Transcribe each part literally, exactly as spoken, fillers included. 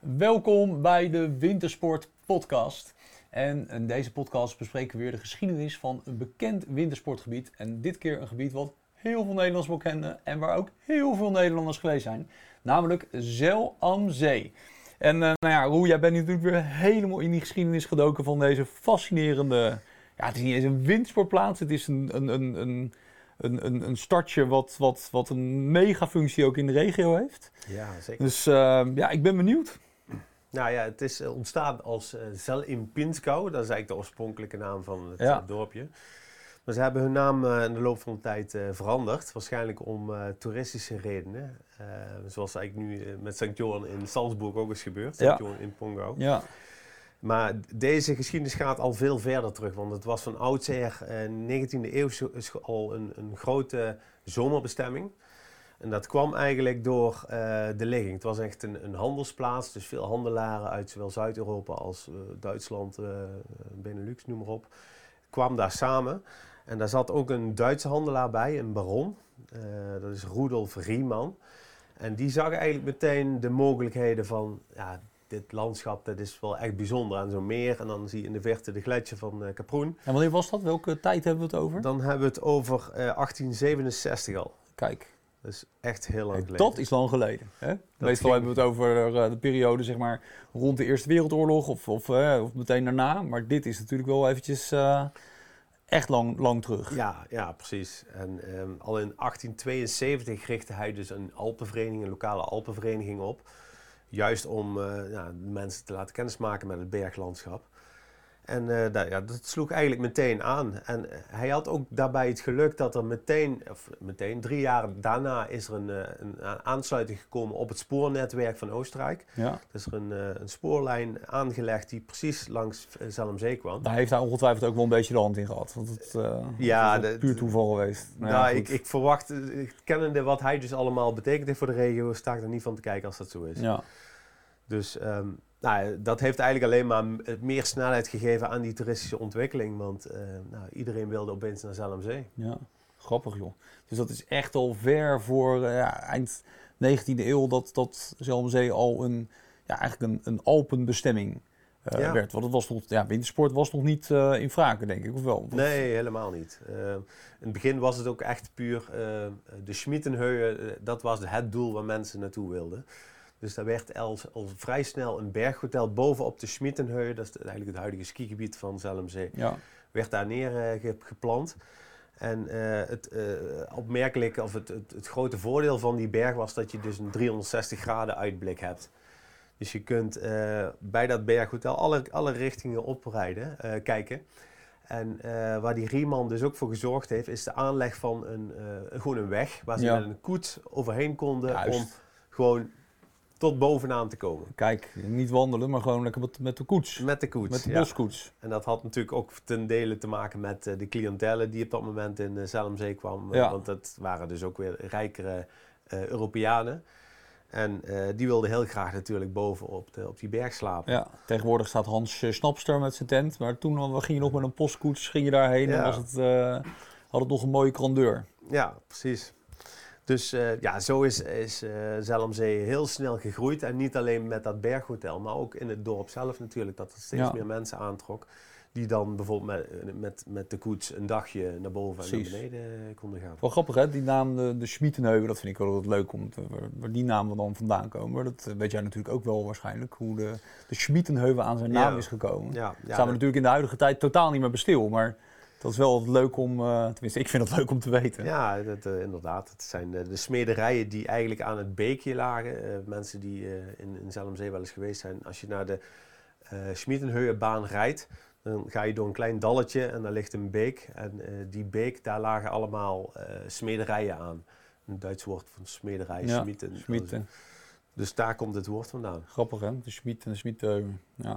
Welkom bij de Wintersport Podcast. En in deze podcast bespreken we weer de geschiedenis van een bekend wintersportgebied. En dit keer een gebied wat heel veel Nederlanders wel kennen en waar ook heel veel Nederlanders geweest zijn. Namelijk Zell am See. En uh, nou ja, Roel, jij bent natuurlijk weer helemaal in die geschiedenis gedoken van deze fascinerende... Ja, het is niet eens een wintersportplaats, het is een, een, een, een, een, een, een stadje wat, wat, wat een mega functie ook in de regio heeft. Ja, zeker. Dus uh, ja, ik ben benieuwd. Nou ja, het is ontstaan als uh, Zell im Pinzgau. Dat is eigenlijk de oorspronkelijke naam van het ja. uh, dorpje. Maar ze hebben hun naam uh, in de loop van de tijd uh, veranderd. Waarschijnlijk om uh, toeristische redenen. Uh, zoals eigenlijk nu uh, met Sankt Johan in Salzburg ook is gebeurd. Sankt Ja. Johan in Pongau. Ja. Maar deze geschiedenis gaat al veel verder terug. Want het was van oudsher uh, negentiende eeuw al een, een grote zomerbestemming. En dat kwam eigenlijk door uh, de ligging. Het was echt een, een handelsplaats, dus veel handelaren uit zowel Zuid-Europa als uh, Duitsland, uh, Benelux, noem maar op, kwamen daar samen. En daar zat ook een Duitse handelaar bij, een baron, uh, dat is Rudolf Riemann. En die zag eigenlijk meteen de mogelijkheden van, ja, dit landschap, dat is wel echt bijzonder aan zo'n meer. En dan zie je in de verte de gletsjer van uh, Kaproen. En wanneer was dat? Welke tijd hebben we het over? Dan hebben we het over uh, achttien zevenenzestig al. Kijk. Dat is echt heel lang Hey, geleden. dat is lang geleden. Hè? Meestal ging... hebben we het over uh, de periode zeg maar, rond de Eerste Wereldoorlog of, of, uh, of meteen daarna. Maar dit is natuurlijk wel eventjes uh, echt lang, lang terug. Ja, ja, precies. En um, al in achttien tweeënzeventig richtte hij dus een Alpenvereniging, een lokale Alpenvereniging op. Juist om uh, ja, de mensen te laten kennismaken met het berglandschap. En uh, dat, ja, dat sloeg eigenlijk meteen aan. En uh, hij had ook daarbij het geluk dat er meteen, of meteen, drie jaar daarna is er een, uh, een aansluiting gekomen op het spoornetwerk van Oostenrijk. Ja. Dus er een, uh, een spoorlijn aangelegd die precies langs uh, Zell am See kwam. Daar heeft hij ongetwijfeld ook wel een beetje de hand in gehad. Want het uh, ja, is puur toeval geweest. Nou, ja, ik, ik verwacht, uh, kennende wat hij dus allemaal betekent heeft voor de regio, sta ik er niet van te kijken als dat zo is. Ja. Dus um, nou, dat heeft eigenlijk alleen maar meer snelheid gegeven aan die toeristische ontwikkeling. Want uh, nou, iedereen wilde opeens naar Zell am See. Ja, grappig joh. Dus dat is echt al ver voor uh, ja, eind negentiende eeuw dat, dat Zell am See al een, ja, eigenlijk een, een Alpenbestemming uh, ja. werd. Want het was nog, ja, wintersport was nog niet uh, in vragen, denk ik, of wel? Nee, helemaal niet. Uh, in het begin was het ook echt puur uh, de Schmittenhöhe. Uh, dat was het doel waar mensen naartoe wilden. Dus daar werd al, al vrij snel een berghotel bovenop de Schmittenhöhe, dat is eigenlijk het huidige skigebied van Zell am See, ja. werd daar neergeplant. Uh, en uh, het uh, opmerkelijke, of het, het, het grote voordeel van die berg was dat je dus een driehonderdzestig graden uitblik hebt. Dus je kunt uh, bij dat berghotel alle, alle richtingen oprijden, uh, kijken. En uh, waar die Riemann dus ook voor gezorgd heeft, is de aanleg van een, uh, gewoon een weg waar ze ja. met een koets overheen konden. Juist. Om gewoon tot bovenaan te komen. Kijk, niet wandelen, maar gewoon lekker met, met de koets. Met de koets, Met de ja. boskoets. En dat had natuurlijk ook ten dele te maken met uh, de cliëntele die op dat moment in uh, Zell am See kwam. Ja. Want dat waren dus ook weer rijkere uh, Europeanen. En uh, die wilden heel graag natuurlijk boven op, de, op die berg slapen. Ja, tegenwoordig staat Hans Snapster met zijn tent. Maar toen ging je nog met een postkoets, ging je daarheen ja. en was het, uh, had het nog een mooie grandeur. Ja, precies. Dus uh, ja, zo is, is uh, Zell am See heel snel gegroeid. En niet alleen met dat berghotel, maar ook in het dorp zelf natuurlijk. Dat er steeds ja. meer mensen aantrok. Die dan bijvoorbeeld met, met, met de koets een dagje naar boven Precies. en naar beneden konden gaan. Wel grappig hè, die naam de, de Schmittenhöhe, dat vind ik wel leuk om te, waar, waar die namen dan vandaan komen. Dat weet jij natuurlijk ook wel waarschijnlijk, hoe de, de Schmittenhöhe aan zijn naam ja. is gekomen. Ja, ja, Staan we dat... natuurlijk in de huidige tijd totaal niet meer bij stil, maar... Dat is wel leuk om, uh, tenminste ik vind het leuk om te weten. Ja, dat, uh, inderdaad. Het zijn de, de smederijen die eigenlijk aan het beekje lagen. Uh, mensen die uh, in, in Zell am See wel eens geweest zijn. Als je naar de uh, Schmittenhöhe-baan rijdt, dan ga je door een klein dalletje en daar ligt een beek. En uh, die beek, daar lagen allemaal uh, smederijen aan. Een Duits woord van smederij, ja, schmieden. schmieden. Dus daar komt het woord vandaan. Grappig hè, de schmied en de schmiedheuwe. Ja.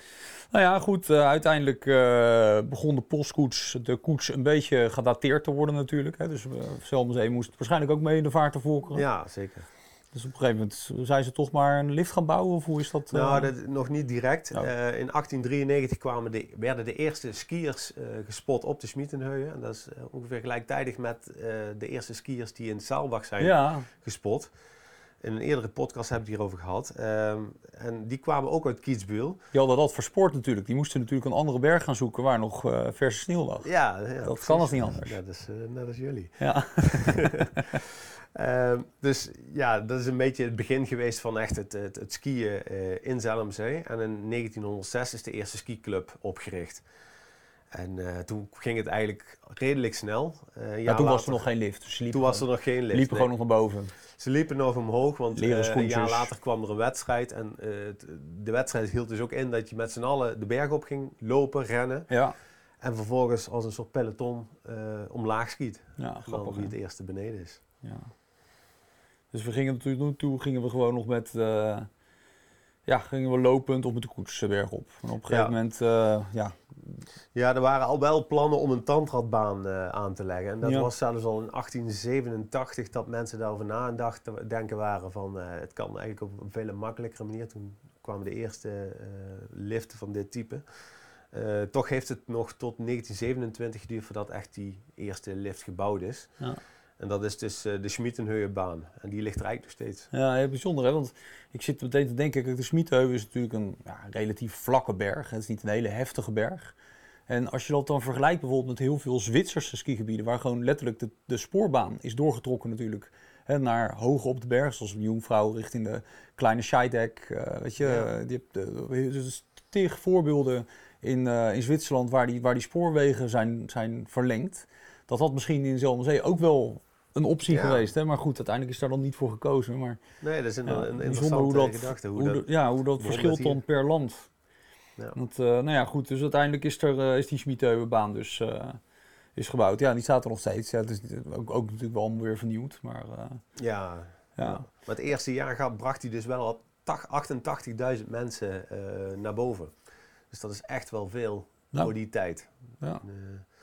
Nou ja, goed, uh, uiteindelijk uh, begon de postkoets, de koets een beetje gedateerd te worden natuurlijk. Hè. Dus uh, Zell am See moest waarschijnlijk ook mee in de vaart te volkeren. Ja, zeker. Dus op een gegeven moment zijn ze toch maar een lift gaan bouwen, of hoe is dat? Uh... Nou, dat, nog niet direct. Ja. Uh, in achttien drieënnegentig kwamen de, werden de eerste skiers uh, gespot op de Schmittenhöhe. En dat is uh, ongeveer gelijktijdig met uh, de eerste skiers die in Saalbach zijn ja. gespot. In een eerdere podcast heb ik het hierover gehad. Um, en die kwamen ook uit Kitzbühel. Die hadden dat voor sport natuurlijk. Die moesten natuurlijk een andere berg gaan zoeken waar nog uh, verse sneeuw lag. Ja, ja dat precies. kan als niet anders. Net als, uh, net als jullie. Ja. um, dus ja, dat is een beetje het begin geweest van echt het, het, het skiën uh, in Zelmzee. En in negentienhonderdzes is de eerste skiclub opgericht. En uh, toen ging het eigenlijk redelijk snel. Uh, ja, toen later, was er nog geen lift. Dus toen gewoon, was er nog geen lift. liepen nee. gewoon nog naar boven. Ze liepen nog omhoog, want uh, een jaar later kwam er een wedstrijd. En uh, de wedstrijd hield dus ook in dat je met z'n allen de berg op ging lopen, rennen. Ja. En vervolgens als een soort peloton uh, omlaag schiet. Ja, grappig. Dan wie het eerste beneden is. Ja. Dus we gingen natuurlijk toen gingen we gewoon nog met... Uh, ja, gingen we lopend of met de koets berg op. En op een gegeven ja. moment, uh, ja... Ja, er waren al wel plannen om een tandradbaan uh, aan te leggen. En dat ja. was zelfs al in achttien zevenentachtig dat mensen daarover na en dachten, denken waren van... Uh, het kan eigenlijk op een veel makkelijkere manier. Toen kwamen de eerste uh, liften van dit type. Uh, toch heeft het nog tot negentien zevenentwintig geduurd voordat echt die eerste lift gebouwd is. Ja. En dat is dus uh, de Schmietenheuwenbaan. En die ligt er eigenlijk nog steeds. Ja, heel bijzonder hè. Want ik zit meteen te denken, kijk, de Schmietenheuvel is natuurlijk een ja, relatief vlakke berg. Het is niet een hele heftige berg. En als je dat dan vergelijkt bijvoorbeeld met heel veel Zwitserse skigebieden, waar gewoon letterlijk de, de spoorbaan is doorgetrokken natuurlijk hè, naar hoog op de berg, zoals een Jungfrau richting de kleine Scheidegg. Uh, weet je, ja. die hebt uh, dus tegen voorbeelden in, uh, in Zwitserland waar die, waar die spoorwegen zijn, zijn verlengd. Dat had misschien in Zelmzee ook wel een optie ja. geweest, hè? Maar goed, uiteindelijk is daar dan niet voor gekozen. Maar, nee, dat is een, ja, een interessante hoe dat, gedachte. Hoe, hoe dat, de, ja, hoe dat verschilt dan per land. Ja. Want, uh, nou ja, goed, dus uiteindelijk is, er, uh, is die Schmietenheuwenbaan dus uh, is gebouwd. Ja, die staat er nog steeds. Ja, het is ook, ook natuurlijk wel weer vernieuwd, maar... Uh, ja, ja. ja, maar het eerste jaar gaat, bracht hij dus wel al achtentachtigduizend mensen uh, naar boven. Dus dat is echt wel veel nou. voor die tijd. Ja. Uh,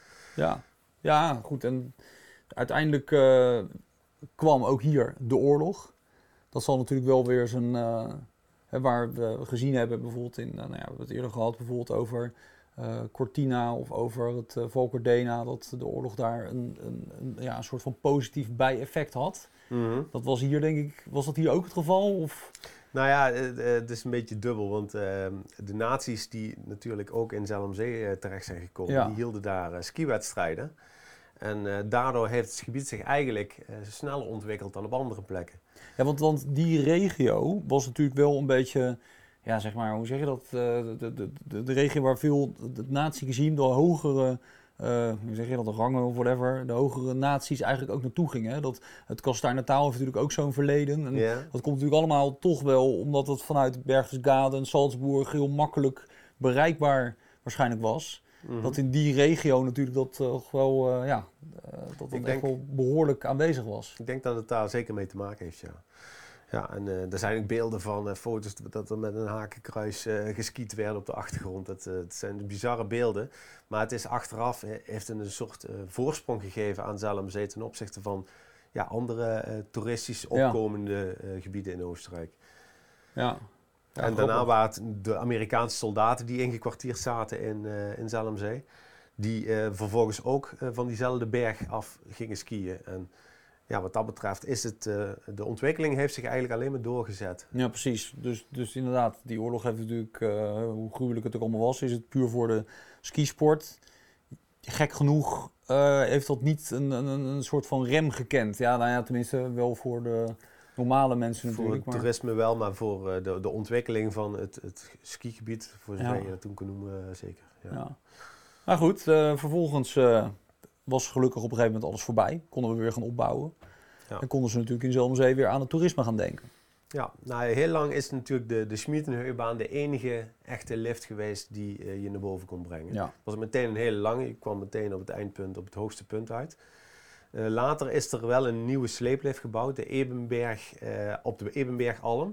ja. ja, goed, en... Uiteindelijk uh, kwam ook hier de oorlog. Dat zal natuurlijk wel weer zijn... Uh, hè, waar we gezien hebben bijvoorbeeld in... Uh, nou ja, we hebben het eerder gehad bijvoorbeeld over uh, Cortina of over het uh, Valkerdena. Dat de oorlog daar een, een, een, ja, een soort van positief bijeffect had. Mm-hmm. Dat was hier denk ik... Was dat hier ook het geval? Of? Nou ja, het is een beetje dubbel. Want uh, de nazi's die natuurlijk ook in Zelmzee uh, terecht zijn gekomen... Ja. Die hielden daar uh, skiwedstrijden. En uh, daardoor heeft het gebied zich eigenlijk uh, sneller ontwikkeld dan op andere plekken. Ja, want, want die regio was natuurlijk wel een beetje, ja zeg maar, hoe zeg je dat, uh, de, de, de, de regio waar veel het nazi-regime, de hogere, uh, hoe zeg je dat, de rangen of whatever, de hogere naties eigenlijk ook naartoe gingen. Dat, het Kastanje-Natal heeft natuurlijk ook zo'n verleden. En yeah. Dat komt natuurlijk allemaal toch wel omdat het vanuit Berchtesgaden, Salzburg heel makkelijk bereikbaar waarschijnlijk was. Mm-hmm. Dat in die regio natuurlijk dat toch uh, wel, uh, ja, uh, dat dat echt denk, wel behoorlijk aanwezig was. Ik denk dat het daar zeker mee te maken heeft, ja. Ja, en uh, er zijn ook beelden van uh, foto's dat er met een hakenkruis uh, geskiet werd op de achtergrond. Dat, uh, het zijn bizarre beelden, maar het is achteraf, uh, heeft het een soort uh, voorsprong gegeven aan Zelmzee ten opzichte van ja, andere uh, toeristisch opkomende ja. uh, gebieden in Oostenrijk. Ja. Ja, en daarna waren het de Amerikaanse soldaten die ingekwartierd zaten in, uh, in Zelmzee. Die uh, vervolgens ook uh, van diezelfde berg af gingen skiën. En ja, wat dat betreft is het, uh, de ontwikkeling heeft zich eigenlijk alleen maar doorgezet. Ja, precies. Dus, dus inderdaad, die oorlog heeft natuurlijk, uh, hoe gruwelijk het ook allemaal was, is het puur voor de skisport. Gek genoeg uh, heeft dat niet een, een, een soort van rem gekend. Ja, nou ja, tenminste wel voor de... normale mensen natuurlijk. Voor het toerisme wel, maar voor uh, de, de ontwikkeling van het, het skigebied, voor zover ja. je dat toen kon noemen, uh, zeker. Ja. Ja. Nou goed, uh, vervolgens uh, was gelukkig op een gegeven moment alles voorbij. Konden we weer gaan opbouwen. Ja. En konden ze natuurlijk in Zelmzee weer aan het toerisme gaan denken. Ja, nou heel lang is natuurlijk de, de Schmietenheuwenbaan de enige echte lift geweest die uh, je naar boven kon brengen. Ja. Het was meteen een hele lange, je kwam meteen op het eindpunt, op het hoogste punt uit. Uh, later is er wel een nieuwe sleeplift gebouwd, de Ebenberg, uh, op de Ebenbergalm.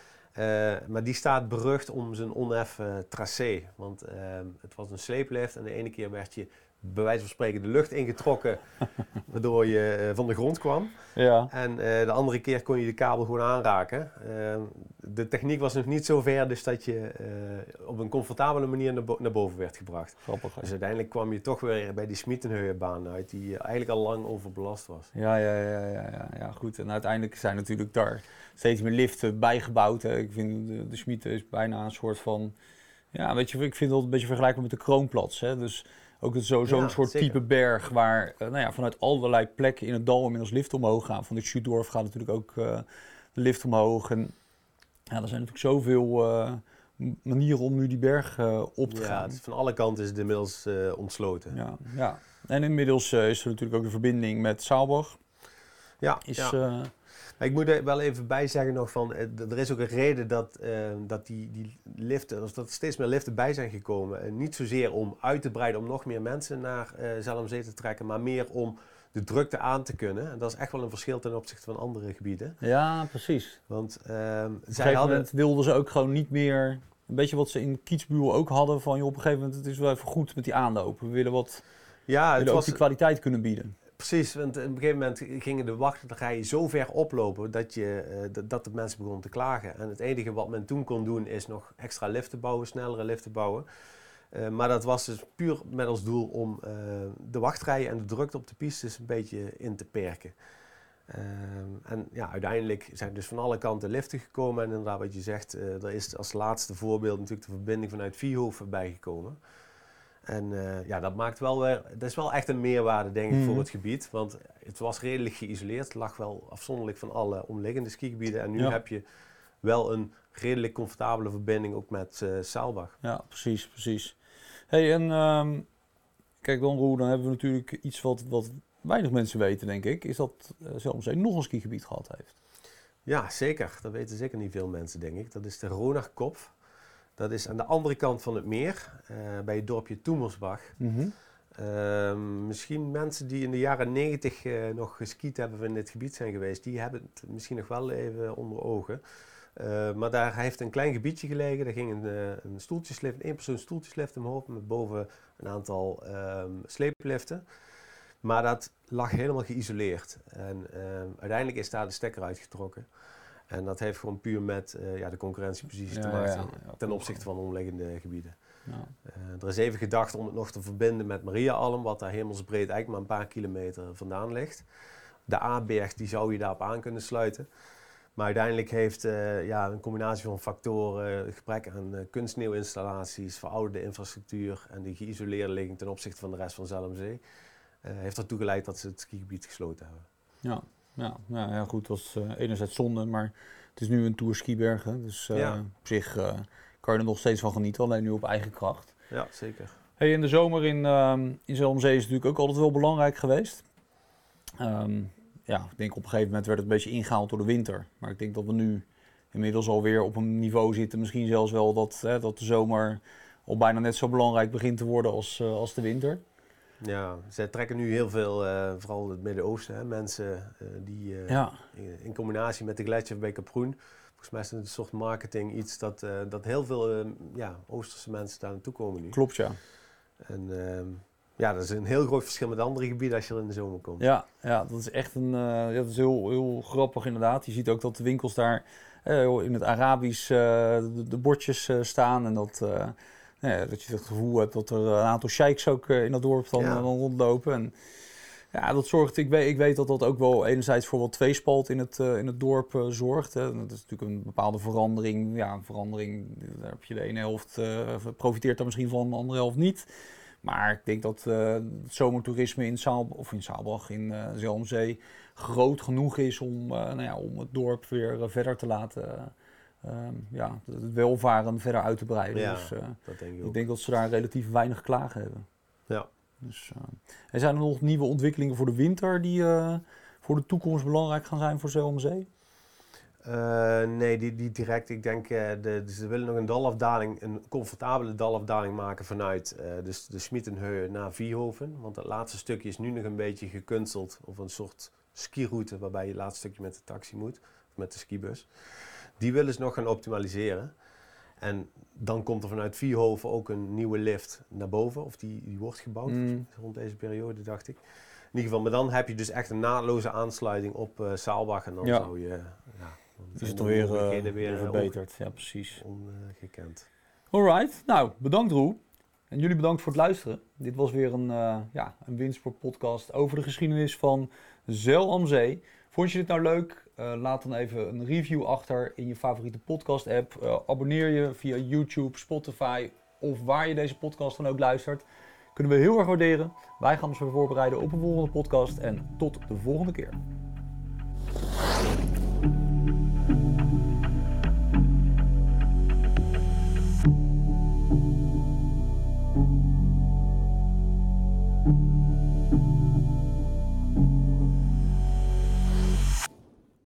Uh, maar die staat berucht om zijn oneffen tracé. Want uh, het was een sleeplift en de ene keer werd je bij wijze van spreken de lucht ingetrokken, waardoor je uh, van de grond kwam. Ja. En uh, de andere keer kon je de kabel gewoon aanraken. Uh, de techniek was nog niet zo ver, dus dat je uh, op een comfortabele manier naar, bo- naar boven werd gebracht. Grappig. Hè? Dus uiteindelijk kwam je toch weer bij die Schmietenheuebaan uit, die uh, eigenlijk al lang overbelast was. Ja, ja, ja, ja, ja, ja, goed. En uiteindelijk zijn natuurlijk daar steeds meer liften bijgebouwd. Hè. Ik vind de, de Schmieten is bijna een soort van... Ja, weet je, ik vind dat een beetje vergelijkbaar met de Kroonplas. Hè. Dus ook zo, zo'n ja, soort zeker. type berg waar uh, nou ja, vanuit allerlei plekken in het dal inmiddels liften omhoog gaan. Van de Schuurdorf gaat natuurlijk ook uh, de lift omhoog. En ja, er zijn natuurlijk zoveel uh, manieren om nu die berg uh, op te ja, gaan. Dus van alle kanten is het inmiddels uh, ontsloten. Ja, ja. En inmiddels uh, is er natuurlijk ook de verbinding met Saalbach. Ja, is, ja. Uh, ik moet er wel even bij zeggen nog van, er is ook een reden dat, uh, dat die, die liften, dat er steeds meer liften bij zijn gekomen. En niet zozeer om uit te breiden, om nog meer mensen naar uh, Zelleromzee te trekken, maar meer om de drukte aan te kunnen. En dat is echt wel een verschil ten opzichte van andere gebieden. Ja, precies. Want uh, op een zij hadden... moment wilden ze ook gewoon niet meer, een beetje wat ze in Kitzbühel ook hadden, van joh, op een gegeven moment het is wel even goed met die aanloop. We willen wat, ja, we willen ook was... die kwaliteit kunnen bieden. Precies, want op een gegeven moment gingen de wachtrijen zo ver oplopen dat, je, uh, dat de mensen begonnen te klagen. En het enige wat men toen kon doen is nog extra liften bouwen, snellere liften bouwen. Uh, maar dat was dus puur met als doel om uh, de wachtrijen en de drukte op de pistes een beetje in te perken. Uh, en ja, uiteindelijk zijn dus van alle kanten liften gekomen. En inderdaad wat je zegt, uh, er is als laatste voorbeeld natuurlijk de verbinding vanuit Vierhoven bijgekomen. En uh, ja, dat maakt wel weer, dat is wel echt een meerwaarde denk ik mm. voor het gebied. Want het was redelijk geïsoleerd, het lag wel afzonderlijk van alle omliggende skigebieden. En nu ja. heb je wel een redelijk comfortabele verbinding ook met uh, Saalbach. Ja, precies, precies. Hey, en um, kijk dan Roel, dan hebben we natuurlijk iets wat, wat weinig mensen weten denk ik. Is dat uh, Zelleromzee nog een skigebied gehad heeft? Ja, zeker. Dat weten zeker niet veel mensen denk ik. Dat is de Ronachkopf. Dat is aan de andere kant van het meer, uh, bij het dorpje Toemersbach. Mm-hmm. Uh, misschien mensen die in de jaren negentig uh, nog geskiet hebben of in dit gebied zijn geweest, die hebben het misschien nog wel even onder ogen. Uh, maar daar heeft een klein gebiedje gelegen, daar ging een, uh, een stoeltjeslift, een één-persoon stoeltjeslift omhoog met boven een aantal um, sleepliften. Maar dat lag helemaal geïsoleerd. En uh, uiteindelijk is daar de stekker uitgetrokken. En dat heeft gewoon puur met uh, ja, de concurrentiepositie ja, te maken ja, ja, ten opzichte van omliggende gebieden. Ja. Uh, er is even gedacht om het nog te verbinden met Mariaalm, wat daar hemelsbreed eigenlijk maar een paar kilometer vandaan ligt. De A-berg die zou je daarop aan kunnen sluiten. Maar uiteindelijk heeft uh, ja, een combinatie van factoren, gebrek aan uh, kunstsneeuwinstallaties, verouderde infrastructuur en die geïsoleerde ligging ten opzichte van de rest van Zelleromzee, uh, heeft ertoe geleid dat ze het skigebied gesloten hebben. Ja. Ja, nou ja, goed, dat was uh, enerzijds zonde, maar het is nu een Tour skiberg, hè, dus uh, ja. op zich uh, kan je er nog steeds van genieten, alleen nu op eigen kracht. Ja, zeker. Hey, in de zomer in, uh, in Zelleromzee is het natuurlijk ook altijd wel belangrijk geweest. Um, ja, ik denk op een gegeven moment werd het een beetje ingehaald door de winter, maar ik denk dat we nu inmiddels alweer op een niveau zitten, misschien zelfs wel dat, hè, dat de zomer al bijna net zo belangrijk begint te worden als, uh, als de winter. Ja, zij trekken nu heel veel, uh, vooral het Midden-Oosten, hè, mensen uh, die uh, ja. in, in combinatie met de gletsjer bij Kaproen, volgens mij is het een soort marketing iets dat, uh, dat heel veel uh, ja, Oosterse mensen daar naartoe komen nu. Klopt, ja. En uh, ja, dat is een heel groot verschil met andere gebieden als je er in de zomer komt. Ja, ja dat is echt een, uh, dat is heel, heel grappig inderdaad. Je ziet ook dat de winkels daar uh, in het Arabisch uh, de, de bordjes uh, staan en dat... Uh, Ja, dat je het gevoel hebt dat er een aantal sheiks ook uh, in dat dorp dan, ja. dan rondlopen. En ja, dat zorgt, ik weet, ik weet dat dat ook wel enerzijds voor wat tweespalt in het, uh, in het dorp uh, zorgt. Hè. Dat is natuurlijk een bepaalde verandering. Ja, een verandering, daar heb je de ene helft uh, profiteert daar misschien van, de andere helft niet. Maar ik denk dat uh, het zomertoerisme in Saalbach, of in Saalbach, in uh, Zelleromzee, groot genoeg is om, uh, nou ja, om het dorp weer uh, verder te laten... Uh, Um, ja, het welvaren verder uit te breiden. Ja, dus, uh, dat denk ik, ik denk dat ze daar relatief weinig klagen hebben. Ja. Dus, uh, en zijn er nog nieuwe ontwikkelingen voor de winter die uh, voor de toekomst belangrijk gaan zijn voor Zelleromzee? Uh, nee, die, die direct. Ik denk, uh, de, dus ze willen nog een dalafdaling, een comfortabele dalafdaling maken vanuit uh, dus de Schmietenheu naar Vierhoven. Want dat laatste stukje is nu nog een beetje gekunsteld, of een soort skiroute waarbij je het laatste stukje met de taxi moet, of met de skibus. Die willen ze nog gaan optimaliseren. En dan komt er vanuit Vierhoven ook een nieuwe lift naar boven. Of die, die wordt gebouwd Mm. rond deze periode, dacht ik. In ieder geval, maar dan heb je dus echt een naadloze aansluiting op uh, Saalbach. En dan Ja. zou je... Ja, dan Is zijn het de alweer mogelijkheden uh, weer weer uh, verbeterd? Ja, precies. Ongekend. Alright, nou bedankt Roel. En jullie bedankt voor het luisteren. Dit was weer een, uh, ja, een Windsport podcast over de geschiedenis van Zell am Zee. Vond je dit nou leuk? Uh, laat dan even een review achter in je favoriete podcast app. Uh, abonneer je via YouTube, Spotify of waar je deze podcast dan ook luistert. Kunnen we heel erg waarderen. Wij gaan ons weer voorbereiden op een volgende podcast en tot de volgende keer.